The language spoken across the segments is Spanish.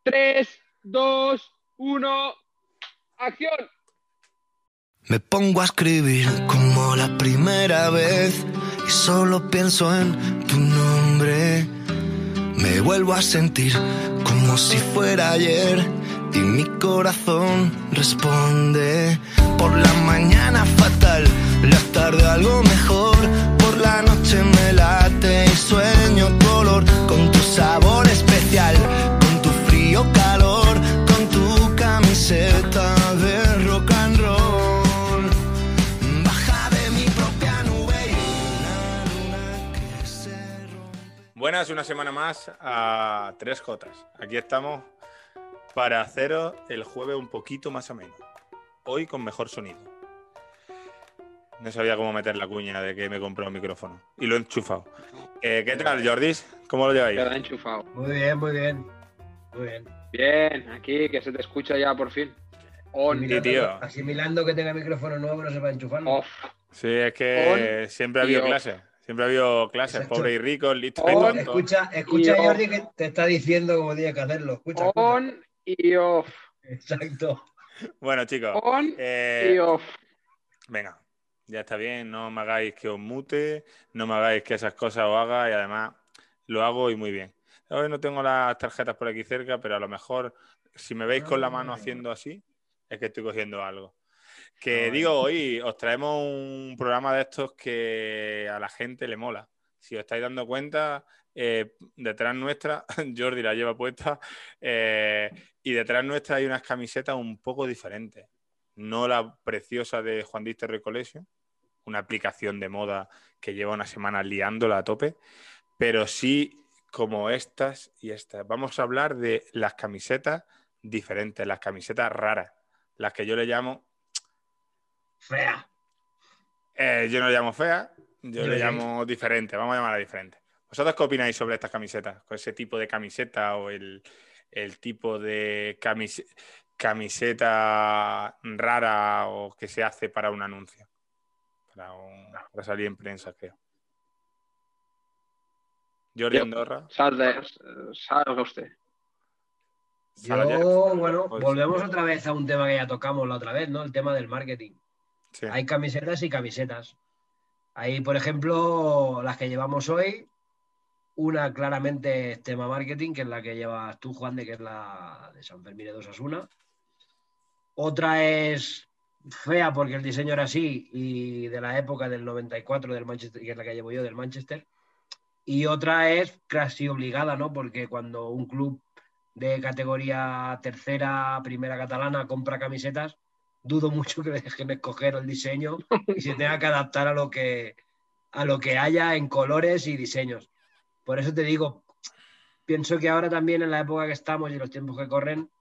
3, 2, 1, ¡acción! Me pongo a escribir como la primera vez y solo pienso en tu nombre. Me vuelvo a sentir como si fuera ayer y mi corazón responde. Por la mañana fatal, la tarde algo mejor. Por la noche me late y sueño tu olor, con tu sabor especial, con tu frío calor, con tu camiseta de rock and roll. Baja de mi propia nube y una luna que se rompe. Buenas, una semana más a 3J. Aquí estamos para haceros el jueves un poquito más ameno. Hoy con mejor sonido. No sabía cómo meter la cuña de que me compré un micrófono. Y lo he enchufado. ¿Qué tal, Jordis? ¿Cómo lo lleváis? Queda enchufado. Muy bien, muy bien. Muy bien. Bien, aquí que se te escucha ya por fin. On. Sí, tío. Asimilando que tenga micrófono nuevo, no se va a enchufarlo. Off. Sí, es que siempre ha habido y off. clases. Siempre ha habido clases. Exacto. Pobres y ricos, listos y On. tontos. Escucha Y a Jordi que te está diciendo cómo tienes que hacerlo. Escucha. On y off. Exacto. Bueno, chicos. On y off. Venga, ya está bien. No me hagáis que os mute. No me hagáis que esas cosas os haga. Y además lo hago y muy bien. Hoy no tengo las tarjetas por aquí cerca, pero a lo mejor si me veis con la mano haciendo así, es que estoy cogiendo algo. Que digo, hoy os traemos un programa de estos que a la gente le mola. Si os estáis dando cuenta, detrás nuestra, Jordi la lleva puesta, y detrás nuestra hay unas camisetas un poco diferentes. No la preciosa de Juan Dister Recollection, una aplicación de moda que lleva una semana liándola a tope, pero sí como estas y estas. Vamos a hablar de las camisetas diferentes, las camisetas raras, las que yo le llamo... Fea. Yo no le llamo fea, yo le sí. llamo diferente, vamos a llamarla diferente. ¿Vosotros qué opináis sobre estas camisetas? Con ese tipo de camiseta o el tipo de camiseta rara o que se hace para un anuncio, para salir en prensa, creo. Jordi Andorra. Salga usted. Bueno, volvemos otra vez a un tema que ya tocamos la otra vez, ¿no? El tema del marketing. Sí. Hay camisetas y camisetas. Hay, por ejemplo, las que llevamos hoy. Una claramente es tema marketing, que es la que llevas tú, Juan, que es la de San Fermín de Osasuna. Otra es fea porque el diseño era así y de la época del 94 del Manchester, que es la que llevo yo, del Manchester. Y otra es casi obligada, ¿no? Porque cuando un club de categoría tercera, primera catalana compra camisetas, dudo mucho que dejen escoger el diseño y se tenga que adaptar a lo que haya en colores y diseños. Por eso te digo, pienso que ahora también en la época que estamos y los tiempos que corren,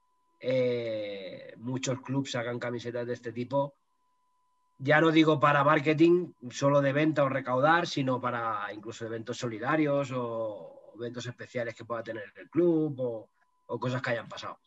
muchos clubs sacan camisetas de este tipo. Ya no digo para marketing, solo de venta o recaudar, sino para incluso eventos solidarios o eventos especiales que pueda tener el club o cosas que hayan pasado.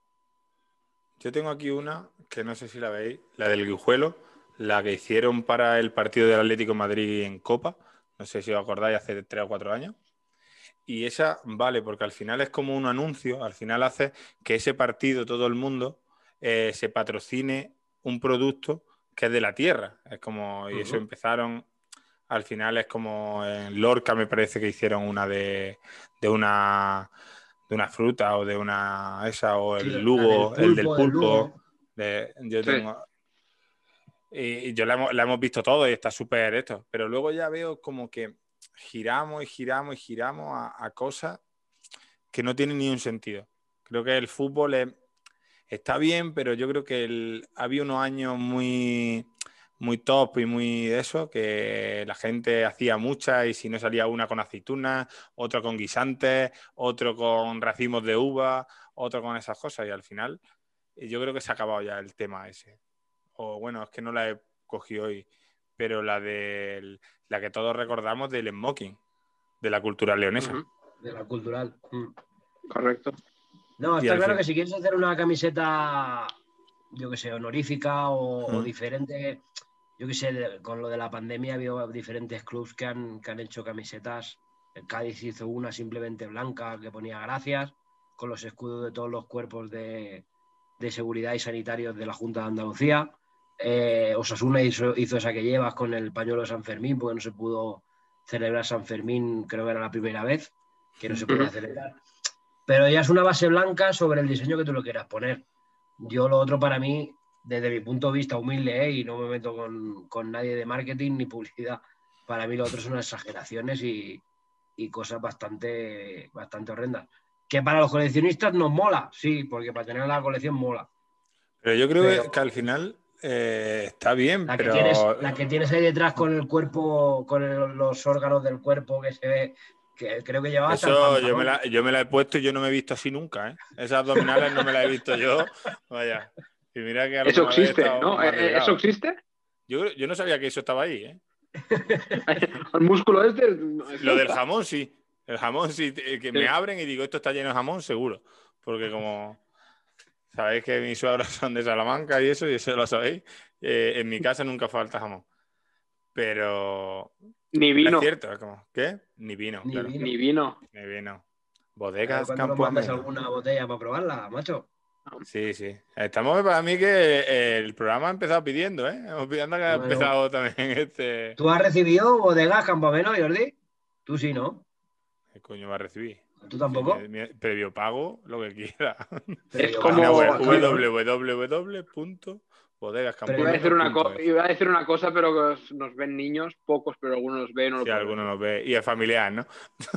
Yo tengo aquí una que no sé si la veis, la del Guijuelo, la que hicieron para el partido del Atlético de Madrid en Copa. No sé si os acordáis, hace 3 o 4 años. Y esa vale, porque al final es como un anuncio, al final hace que ese partido, todo el mundo, se patrocine un producto que es de la tierra. Es como, y eso empezaron, al final es como en Lorca me parece que hicieron una de una fruta o de una esa, o el Lugo, el del pulpo. Yo tengo... Y yo la hemos visto todo y está súper esto, pero luego ya veo como que giramos y giramos y giramos a cosas que no tienen ni un sentido. Creo que el fútbol está bien, pero yo creo que había unos años muy, muy top y muy eso, que la gente hacía muchas y si no salía una con aceitunas, otro con guisantes, otro con racimos de uva, otro con esas cosas y al final yo creo que se ha acabado ya el tema ese. O bueno, es que no la he cogido hoy, pero la que todos recordamos del Smoking, de la cultural leonesa. De la cultural. Correcto. No, está claro que si quieres hacer una camiseta, yo que sé, honorífica o diferente, yo que sé, con lo de la pandemia había diferentes clubs que han hecho camisetas. El Cádiz hizo una simplemente blanca que ponía gracias. con los escudos de todos los cuerpos de seguridad y sanitarios de la Junta de Andalucía. Osasuna hizo esa que llevas con el pañuelo de San Fermín, porque no se pudo celebrar San Fermín, creo que era la primera vez que no se podía celebrar. Pero ya es una base blanca sobre el diseño que tú lo quieras poner. Yo lo otro para mí, desde mi punto de vista humilde, y no me meto con nadie de marketing ni publicidad, para mí lo otro son exageraciones y cosas bastante horrendas. Que para los coleccionistas nos mola, sí, porque para tener la colección mola. Pero yo creo que al final está bien, la que tienes ahí detrás con el cuerpo, con los órganos del cuerpo que se ve, que creo que llevaba hasta el pantalón. yo me la he puesto y yo no me he visto así nunca, ¿eh? Esas abdominales no me las he visto yo. Vaya. Y mira que eso existe, ¿no? ¿Eso existe? Yo no sabía que eso estaba ahí, ¿eh? El músculo este. Lo del jamón, sí. El jamón, sí. Que me abren y digo, esto está lleno de jamón, seguro. Porque como sabéis que mis suegros son de Salamanca y eso lo sabéis, en mi casa nunca falta jamón. Pero... Ni vino. Es cierto, es como, ¿qué? Ni vino. Ni vino. Bodegas ¿Cuándo nos mandas alguna botella para probarla, macho? Sí. Estamos para mí que el programa ha empezado pidiendo, ¿eh? Hemos pidiendo que ha empezado también este... ¿Tú has recibido bodegas Campameno, Jordi? Tú sí, ¿no? ¿Qué coño va a recibir? ¿Tú tampoco? Previo pago, lo que quiera. Es como... www.bodegascampameno.es. Iba a decir una cosa, pero que nos ven niños, pocos, pero algunos nos ven. Sí, algunos nos ven. Y es familiar, ¿no?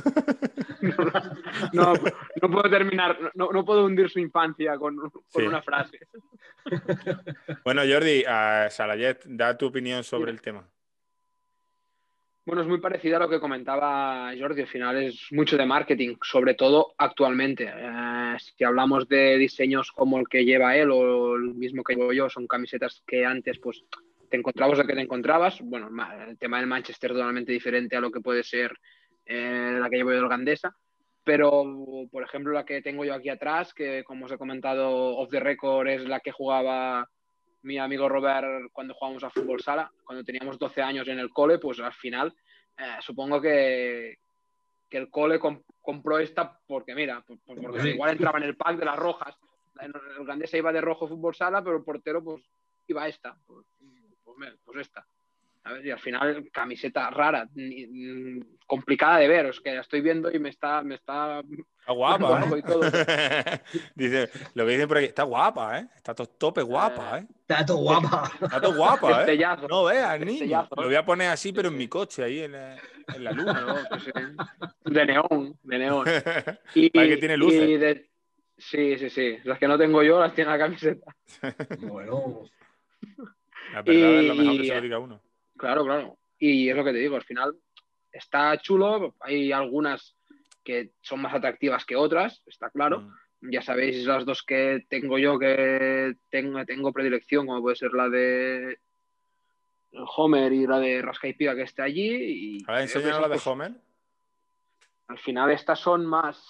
No puedo terminar, no puedo hundir su infancia con una frase. Bueno, Jordi, Salayet, da tu opinión sobre el tema. Bueno, es muy parecido a lo que comentaba Jordi. Al final es mucho de marketing, sobre todo actualmente. Si hablamos de diseños como el que lleva él o el mismo que llevo yo, son camisetas que antes pues te encontrabas lo que te encontrabas. Bueno, el tema del Manchester es totalmente diferente a lo que puede ser la que llevo yo del Gandesa. Pero, por ejemplo, la que tengo yo aquí atrás, que como os he comentado off the record, es la que jugaba mi amigo Robert cuando jugábamos a fútbol sala, cuando teníamos 12 años en el cole, pues al final supongo que el cole compró esta porque, mira, porque igual entraba en el pack de las rojas. El Gandesa iba de rojo fútbol sala, pero el portero pues iba esta. Pues esta. A ver, y al final, camiseta rara, complicada de ver, es que la estoy viendo y me está Está guapa, ¿eh? Y todo. Dice, lo que dicen por aquí, está guapa, ¿eh? Está tope guapa, ¿eh? Está todo guapa. Está todo guapa, ¿eh? Destellazo. No veas, niño. Destellazo. Lo voy a poner así, pero en mi coche, ahí en la luna. No, pues, de neón. Para que tiene luces. Sí. Las que no tengo yo las tiene la camiseta. Bueno. La verdad es lo mejor que se lo diga uno. Claro. Y es lo que te digo, al final está chulo, hay algunas que son más atractivas que otras, está claro. Ya sabéis las dos que tengo yo que tengo predilección, como puede ser la de Homer y la de Rasca y Piga que está allí. Y a ver, enséñanos la de Homer. Al final estas son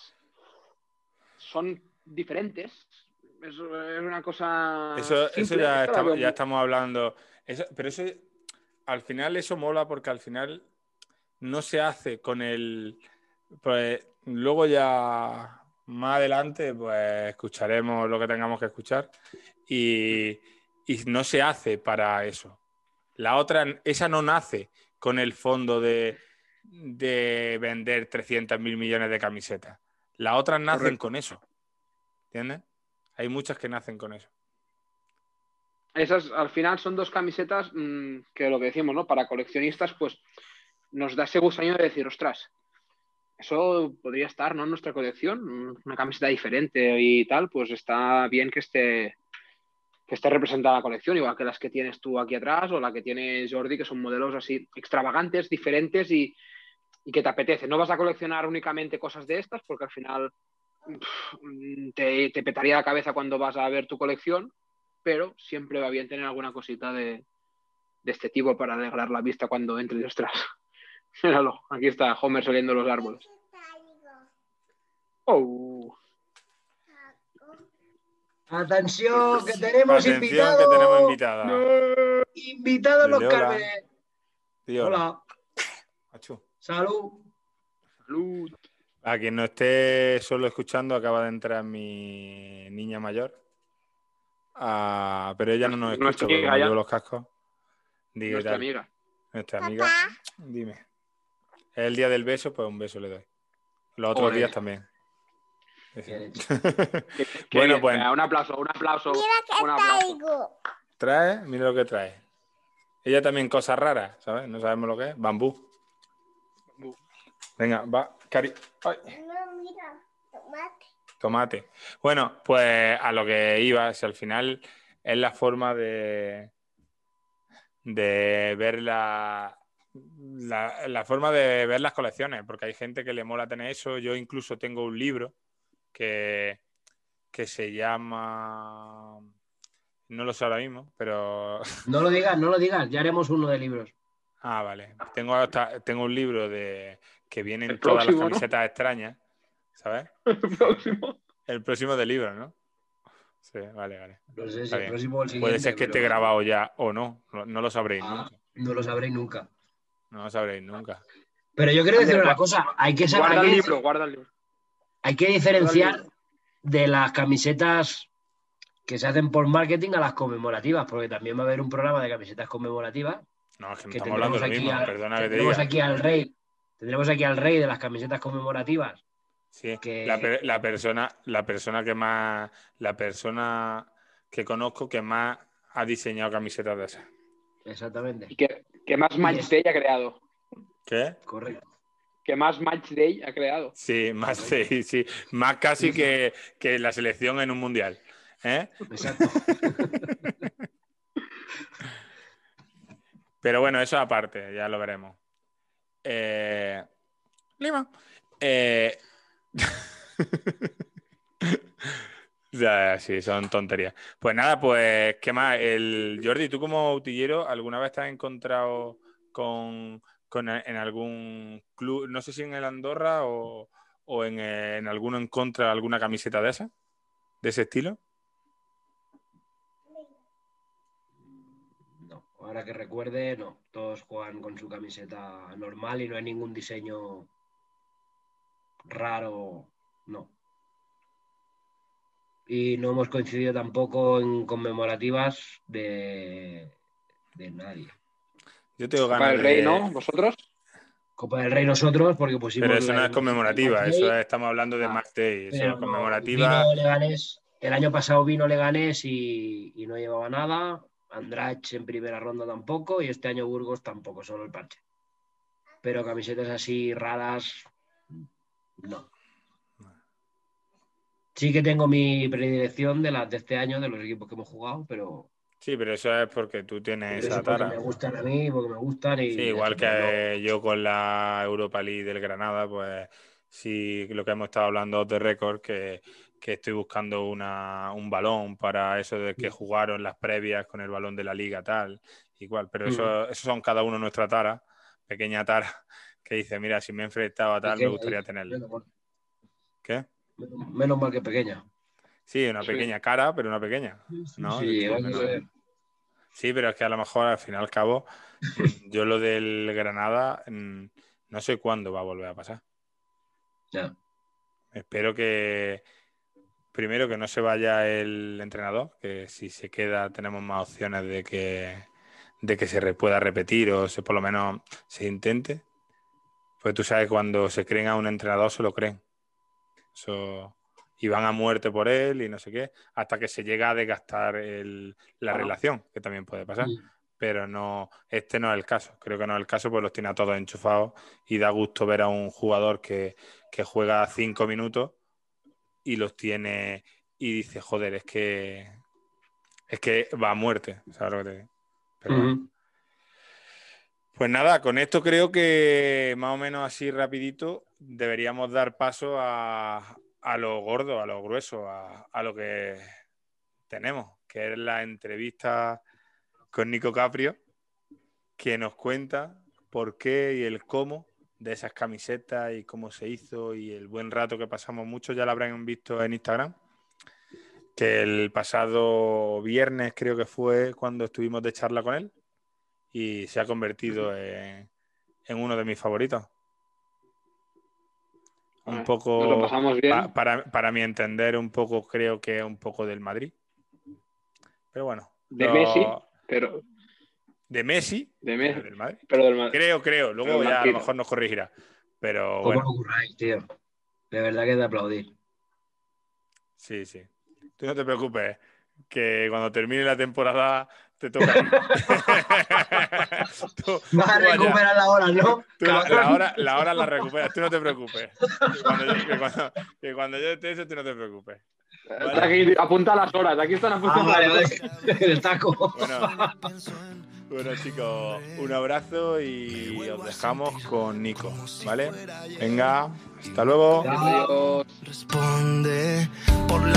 diferentes. Es una cosa... Eso simple. ya estamos hablando. Pero eso, al final eso mola porque al final no se hace con el... Pues luego ya más adelante pues escucharemos lo que tengamos que escuchar y no se hace para eso. La otra, esa no nace con el fondo de vender 300.000 millones de camisetas. Las otras nacen con eso. ¿Entiendes? Hay muchas que nacen con eso. Esas al final son dos camisetas que lo que decimos, ¿no? Para coleccionistas, pues nos da ese gusanillo de decir, ostras, eso podría estar, ¿no? En nuestra colección, una camiseta diferente y tal, pues está bien que esté representada la colección, igual que las que tienes tú aquí atrás o la que tiene Jordi, que son modelos así extravagantes, diferentes y que te apetece. No vas a coleccionar únicamente cosas de estas porque al final te petaría la cabeza cuando vas a ver tu colección, pero siempre va bien tener alguna cosita de este tipo para alegrar la vista cuando entres. Ostras, míralo, aquí está Homer saliendo los árboles. Oh. Atención, que tenemos invitados. Que tenemos invitada. No. Invitados los Carmenes. Hola. Hola. Achu. Salud. Salud. A quien no esté solo escuchando, acaba de entrar mi niña mayor. Pero ella no nos escucha Nuestra porque amiga como ya. llevo los cascos. Digo, Nuestra tal. amiga. Nuestra amiga. Dime. Es el día del beso, pues un beso le doy. Los otros Ole. días también. Bien hecho. Qué Bueno, bien. pues Un aplauso, un aplauso. Mira que Un aplauso. traigo. trae, mira lo que trae. Ella también cosas raras, ¿sabes? No sabemos lo que es. Bambú. Venga, va, Cari. Ay. No, mira, tomate. Tomate. Bueno, pues a lo que iba, si al final es la forma de ver la forma de ver las colecciones, porque hay gente que le mola tener eso. Yo incluso tengo un libro que se llama... No lo sé ahora mismo, pero... No lo digas, ya haremos uno de libros. Ah, vale. Tengo un libro que vienen El todas las próximo, ¿no? camisetas extrañas, ¿sabes? El próximo. El próximo de libros, ¿no? Sí, vale. No sé si Está el bien. próximo o el siguiente. Puede ser que esté pero- grabado ya o no. No lo sabréis nunca. No lo sabréis nunca. No lo sabréis nunca. Pero yo quiero decir Ander, una cosa. Hay que saber, Guarda el libro, guarda el libro. hay que Guarda el diferenciar libro. de las camisetas que se hacen por marketing a las conmemorativas, porque también va a haber un programa de camisetas conmemorativas No, es que no que estamos hablando de lo mismo. Perdona que te diga. Tendremos aquí al rey de las camisetas conmemorativas. Sí, que- la persona que más... La persona que conozco que más ha diseñado camisetas de esas. Exactamente. Y que más Match Day ha creado. ¿Qué? Correcto. Que más Match Day ha creado. Sí, más sí. Más casi que la selección en un mundial. ¿Eh? Exacto. Pero bueno, eso aparte, ya lo veremos. Lima. Ya, sí, son tonterías. Pues nada, pues, ¿qué más? Jordi, ¿tú como utillero alguna vez te has encontrado en algún club, no sé si en el Andorra o en alguno en contra de alguna camiseta de esa, de ese estilo? No, ahora que recuerde, no. Todos juegan con su camiseta normal y no hay ningún diseño raro, no. Y no hemos coincidido tampoco en conmemorativas de nadie. Yo tengo Copa ganas del Rey, de... ¿no? ¿Vosotros? Copa del Rey nosotros, porque pusimos Pero eso no la es imagen de conmemorativa, Match eso Day, estamos hablando de Match Day. Eso pero es no, conmemorativa. vino Leganés, el año pasado vino Leganés y no llevaba nada, Andrach en primera ronda tampoco, y este año Burgos tampoco, solo el parche. Pero camisetas así raras, no. Sí que tengo mi predilección de las de este año, de los equipos que hemos jugado, pero Sí, pero eso es porque tú tienes eso esa es porque tara. me gustan a mí, porque me gustan Sí, y ya igual está, pero no. que yo con la Europa League del Granada, pues sí, lo que hemos estado hablando de récord, que estoy buscando un balón para eso de que jugaron las previas con el balón de la liga, tal, igual. Pero eso son cada uno nuestra tara, pequeña tara, que dice, mira, si me he enfrentado a tal, me Pequeña, gustaría dice. tenerlo. ¿Qué? Menos mal que pequeña. Sí, una Sí. pequeña cara, pero una pequeña. ¿No? Sí, De tu llegando menos. a ver. Sí, pero es que a lo mejor al fin y al cabo, yo lo del Granada no sé cuándo va a volver a pasar. Ya. Espero que primero que no se vaya el entrenador, que si se queda tenemos más opciones de que se pueda repetir o por lo menos se intente. Pues tú sabes, cuando se creen a un entrenador se lo creen. Eso, y van a muerte por él y no sé qué, hasta que se llega a desgastar la relación, que también puede pasar. Pero no, este no es el caso. Creo que no es el caso, pues los tiene a todos enchufados y da gusto ver a un jugador que juega 5 minutos y los tiene y dice, joder, es que va a muerte, ¿sabes lo que te digo? Pero bueno. Pues nada, con esto creo que más o menos así rapidito deberíamos dar paso a lo gordo, a lo grueso, a lo que tenemos, que es la entrevista con Nico Caprio, que nos cuenta por qué y el cómo de esas camisetas y cómo se hizo y el buen rato que pasamos. Muchos ya lo habrán visto en Instagram, que el pasado viernes creo que fue cuando estuvimos de charla con él y se ha convertido en uno de mis favoritos. Un poco, nos lo pasamos bien. para mi entender, un poco, creo que un poco del Madrid. Pero bueno. De Messi, pero... De Messi, De Messi, pero del Madrid. pero del Madrid. Creo. Luego Pero ya a lo mejor nos corregirá. Pero ¿Cómo bueno. lo curráis, tío? De verdad que es de aplaudir. Sí. Tú no te preocupes, que cuando termine la temporada te toca. Vas a recuperar la hora, ¿no? Tú la hora la recuperas, tú no te preocupes. Que cuando yo esté eso, tú no te preocupes. ¿Vale? Aquí apunta las horas, aquí están apuntando vale. las horas. El taco. Bueno, chicos, un abrazo y os dejamos con Nico, ¿vale? Venga, hasta luego. Adiós. Responde por